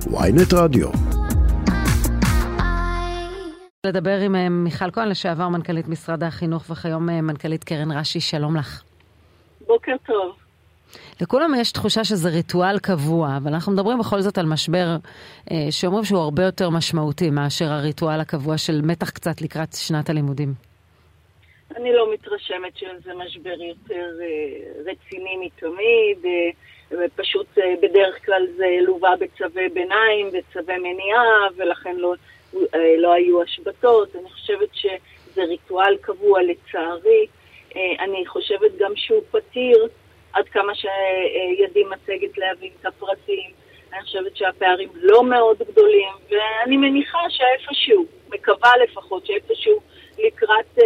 ynet רדיו. לדבר עם מיכל כהן, לשעבר מנכ"לית משרד החינוך וכיום מנכ"לית קרן רש"י. שלום לך. בוקר טוב. לכולם יש תחושה שזה ריטואל קבוע, אבל אנחנו מדברים בכל זאת על משבר שאומרים שהוא הרבה יותר משמעותי מאשר הריטואל הקבוע של מתח קצת לקראת שנת הלימודים. אני לא מתרשמת שזה משבר יותר רציני מתמיד, פשוט בדרך כלל זה לובה בצווי ביניים, בצווי מניעה, ולכן לא היו השבתות. אני חושבת שזה ריטואל קבוע לצערי. אני חושבת גם שהוא פתיר, עד כמה שידי מצגת להבין את הפרטים. אני חושבת שהפערים לא מאוד גדולים, ואני מניחה שאיפשהו, מקווה לפחות, שאיפשהו לקראת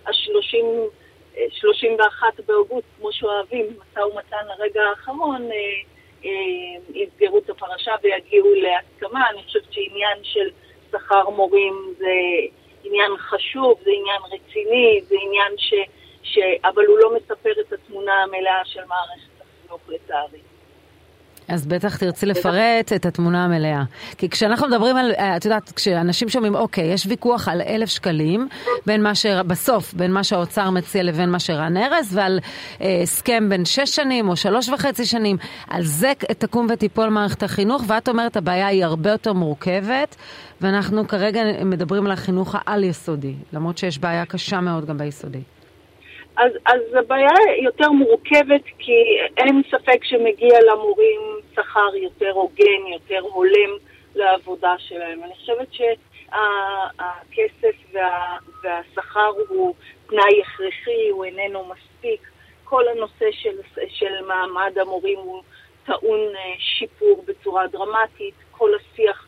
31 באוגוסט, כמו שאוהבים, משא ומתן לרגע האחרון, יסגרו את הפרשה ויגיעו להסכמה. אני חושבת שעניין של שכר מורים זה עניין חשוב, זה עניין רציני, זה עניין אבל הוא לא מספר את התמונה המלאה של מערכת החינוך לצערי. אז בטח תרצי לפרט את התמונה המלאה. כי כשאנחנו מדברים על, את יודעת, כשאנשים שומעים, אוקיי, יש ויכוח על 1,000 שקלים, בסוף, בין מה שהאוצר מציע לבין מה שרן ארז, ועל הסכם בין 6 שנים או 3.5 שנים, על זה תקום וטיפול מערכת החינוך, ואת אומרת, הבעיה היא הרבה יותר מורכבת, ואנחנו כרגע מדברים על החינוך העל-יסודי, למרות שיש בעיה קשה מאוד גם ביסודי. אז הבעיה יותר מורכבת, כי אין ספק שמגיע למורים שכר יותר הוגן, יותר הולם לעבודה שלהם. אני חושבת שהכסף והשכר הוא תנאי הכרחי, הוא איננו מספיק. כל הנושא של מעמד המורים הוא טעון שיפור בצורה דרמטית. כל השיח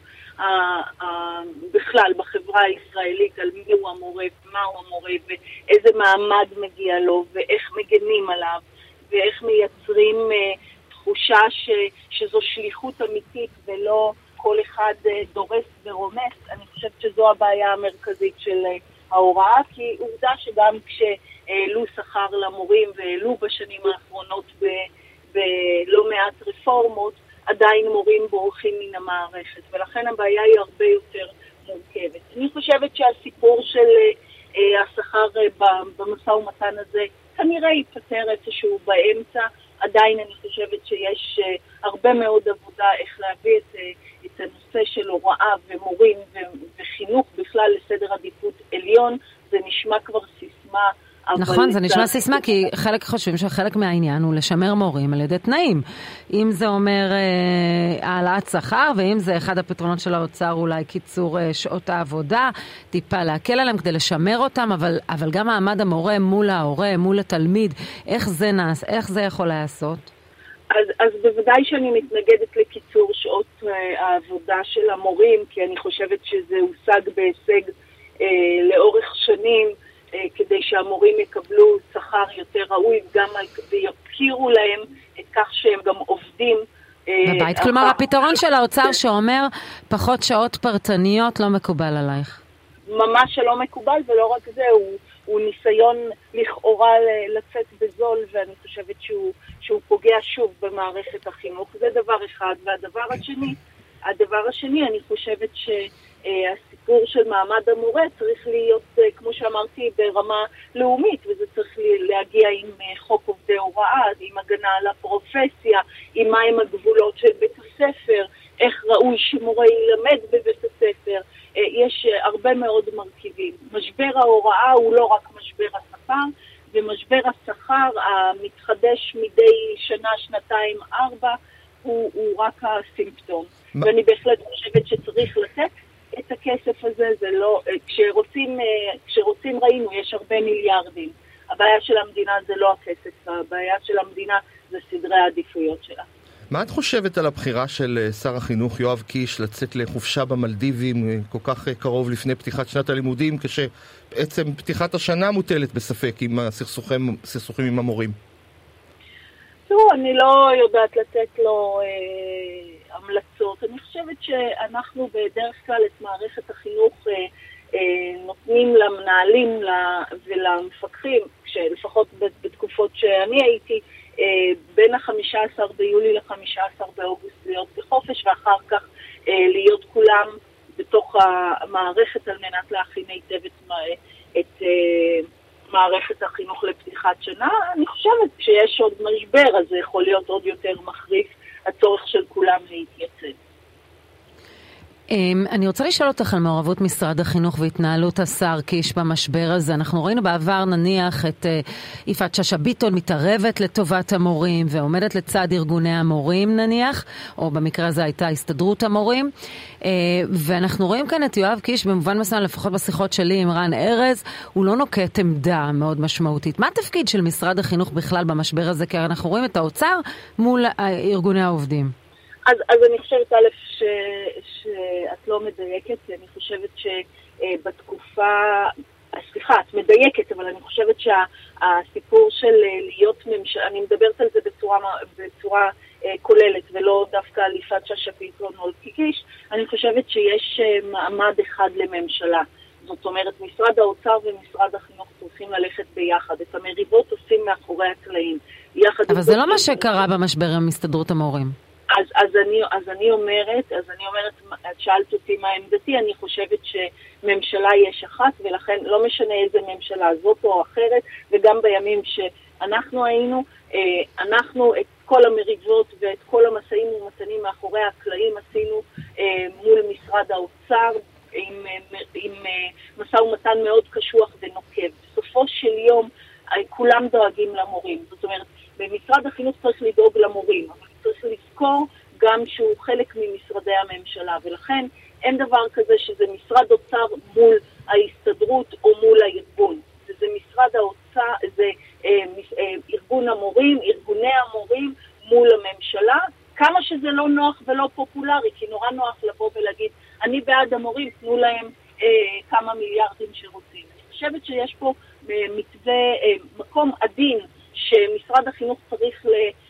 בכלל בחברה הישראלית על מי הוא המורה ומהו המורה ואיזה מעמד מגיע לו ואיך מגנים עליו ואיך מייצרים תחושה שזו שליחות אמיתית ולא כל אחד דורס ורומס. אני חושבת שזו הבעיה המרכזית של ההוראה, כי עובדה שגם כשהעלו שכר למורים והעלו בשנים האחרונות בלא מעט רפורמות, עדיין מורים בורחים מן המערכת, ולכן הבעיה היא הרבה יותר מורכבת. אני חושבת שהסיפור של השכר במשא ומתן הזה כנראה ייפטר איפשהו באמצע. עדיין אני חושבת שיש הרבה מאוד עבודה איך להביא את הנושא של הוראה ומורים וחינוך בכלל לסדר עדיפות עליון. זה נשמע כבר סיסמה, נכון, זה נשמע סיסמה, כי חלק חושבים שחלק מהעניין הוא לשמר מורים על ידי תנאים. אם זה אומר העלאת שכר, ואם זה אחד הפתרונות של האוצר, אולי קיצור שעות העבודה, טיפה להקל עליהם כדי לשמר אותם, אבל גם מעמד המורה מול ההורה, מול התלמיד, איך זה יכול לעשות? אז בוודאי שאני מתנגדת לקיצור שעות העבודה של המורים, כי אני חושבת שזה הושג בהישג לאורך שנים, כדי שהמורים יקבלו שכר יותר ראוי, וגם ויכירו להם את כך שהם גם עובדים בבית. כלומר, הפתרון של האוצר שאומר פחות שעות פרטניות לא מקובל עלייך. ממש שלא מקובל, ולא רק זה, הוא ניסיון לכאורה לצאת בזול, ואני חושבת שהוא פוגע שוב במערכת החינוך. זה דבר אחד. והדבר השני, אני חושבת שהסיפור של מעמד המורה צריך להיות, כמו שאמרתי, ברמה לאומית, וזה צריך להגיע עם חוק עובדי הוראה, עם הגנה על הפרופסיה, עם מהם הגבולות של בית הספר, איך ראוי שמורה ילמד בבית הספר. יש הרבה מאוד מרכיבים. משבר ההוראה הוא לא רק משבר השכר, ומשבר השכר המתחדש מדי שנה, שנתיים, 4, הוא רק הסימפטום. ואני בהחלט חושבת שצריך לתת את הכסף הזה. זה לא, כשרוצים ראינו, יש הרבה מיליארדים. הבעיה של המדינה זה לא הכסף, הבעיה של המדינה זה סדרי העדיפויות שלה. מה את חושבת על הבחירה של שר החינוך יואב קיש לצאת לחופשה במלדיבים כל כך קרוב לפני פתיחת שנת הלימודים, כשבעצם פתיחת השנה מוטלת בספק עם הסכסוכים עם המורים? תראו, אני לא יודעת לתת לו המלצות. אני חושבת שאנחנו בדרך כלל את מערכת החינוך נותנים למנהלים ולמפקחים, לפחות בתקופות שאני הייתי, בין ה-15 ביולי ל-15 באוגוסט להיות בחופש, ואחר כך המערכת על מנת להכין היטב את מערכת החינוך לפתיחת שנה. אני חושבת שיש עוד משבר, אז זה יכול להיות עוד יותר מחריף הצורך של כולם להתייצב. אני רוצה לשאול אותך על מעורבות משרד החינוך והתנהלות השר קיש במשבר הזה. אנחנו ראינו בעבר נניח את יפעת שאשא ביטון מתערבת לטובת המורים ועומדת לצד ארגוני המורים נניח, או במקרה הזה הייתה הסתדרות המורים, ואנחנו רואים כאן את יואב קיש במובן מסוים, לפחות בשיחות שלי עם רן ארז, הוא לא נוקט עמדה מאוד משמעותית. מה התפקיד של משרד החינוך בכלל במשבר הזה? כי אנחנו רואים את האוצר מול ארגוני העובדים. אז אני חושבת א' שאת לא מדייקת, אני חושבת שבתקופה, סליחה, את מדייקת, אבל אני חושבת שהסיפור של להיות ממשלה, אני מדברת על זה בצורה כוללת ולא דווקא על יפעת שאשא ביטון או על קיש, אני חושבת שיש מעמד אחד לממשלה. זאת אומרת, משרד האוצר ומשרד החינוך צריכים ללכת ביחד. את המריבות עושים מאחורי הקלעים. אבל זה לא מה שקרה במשבר עם הסתדרות המורים. אז אני אומרת, את שאלת אותי מה עמדתי, אני חושבת שממשלה יש אחת, ולכן לא משנה איזה ממשלה זאת או אחרת, וגם בימים שאנחנו היינו, אנחנו את כל המריבות ואת כל המשאים ומתנים מאחורי הקלעים עשינו מול משרד האוצר, עם משא ומתן מאוד קשוח ונוקב. בסופו של יום כולם דואגים למורים, זאת אומרת, במשרד החינוך צריך לדאוג למורים, אבל צריך לזכור גם שהוא חלק ממשרדי הממשלה, ולכן אין דבר כזה שזה משרד אוצר מול ההסתדרות או מול הארגון. זה משרד האוצר, זה ארגון המורים, ארגוני המורים מול הממשלה, כמה שזה לא נוח ולא פופולרי, כי נורא נוח לבוא ולהגיד, אני בעד המורים, תנו להם כמה מיליארדים שרוצים. אני חושבת שיש פה מתווה, מקום עדין, שמשרד החינוך צריך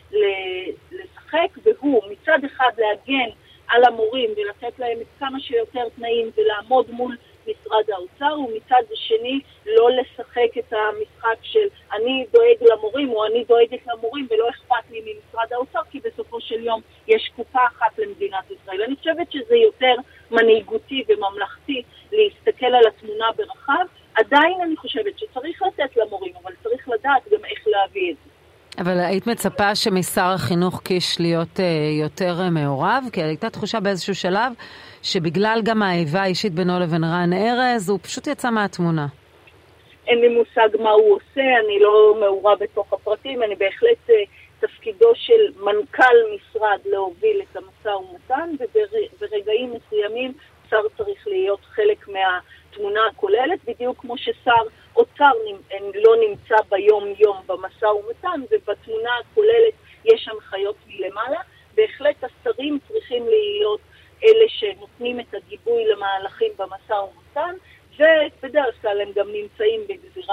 לשחק, והוא מצד אחד להגן על המורים ולתת להם את כמה שיותר תנאים ולעמוד מול משרד האוצר, ומצד שני לא לשחק את המשחק של אני דואג למורים או אני דואגת למורים ולא אכפת לי ממשרד האוצר, כי בסופו של יום יש קופה אחת למדינת ישראל. אני חושבת שזה יותר מנהיגותי וממלכתי להסתכל על התמונה ברחב. עדיין אני חושבת שצריך לתת למורים, אבל צריך לדעת גם איך להביא את זה. אבל היית מצפה שמשר החינוך קיש להיות יותר מעורב? כי הייתה תחושה באיזשהו שלב שבגלל גם האיבה האישית בינו לבין רן ארז, הוא פשוט יצא מהתמונה. אין לי מושג מה הוא עושה, אני לא מעורה בתוך הפרטים, אני בהחלט תפקידו של מנכ"ל משרד להוביל את המשא ומתן, וברגעים מסוימים שר צריך להיות חלק מהתמונה הכוללת, בדיוק כמו ששר אוצר לא נמצא ביום-יום במשא ומתן, ובתמונה הכוללת יש הנחיות מלמעלה. בהחלט השרים צריכים להיות אלה שנותנים את הגיבוי למהלכים במשא ומתן, ובדרך כלל הם גם נמצאים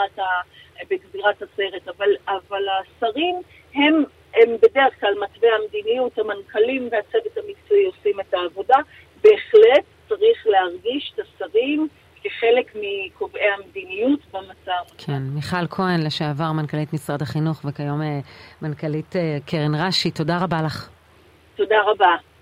בגזירת הסרט, אבל השרים הם בדרך כלל מתווה המדיניות, המנכ"לים והצוות המקצועי עושים את העבודה. בהחלט צריך להרגיש את השרים כחלק מקובעי המדיניות במשא ומתן. כן, מיכל כהן, לשעבר מנכ"לית משרד החינוך וכיום מנכ"לית קרן רש"י, תודה רבה לך. תודה רבה.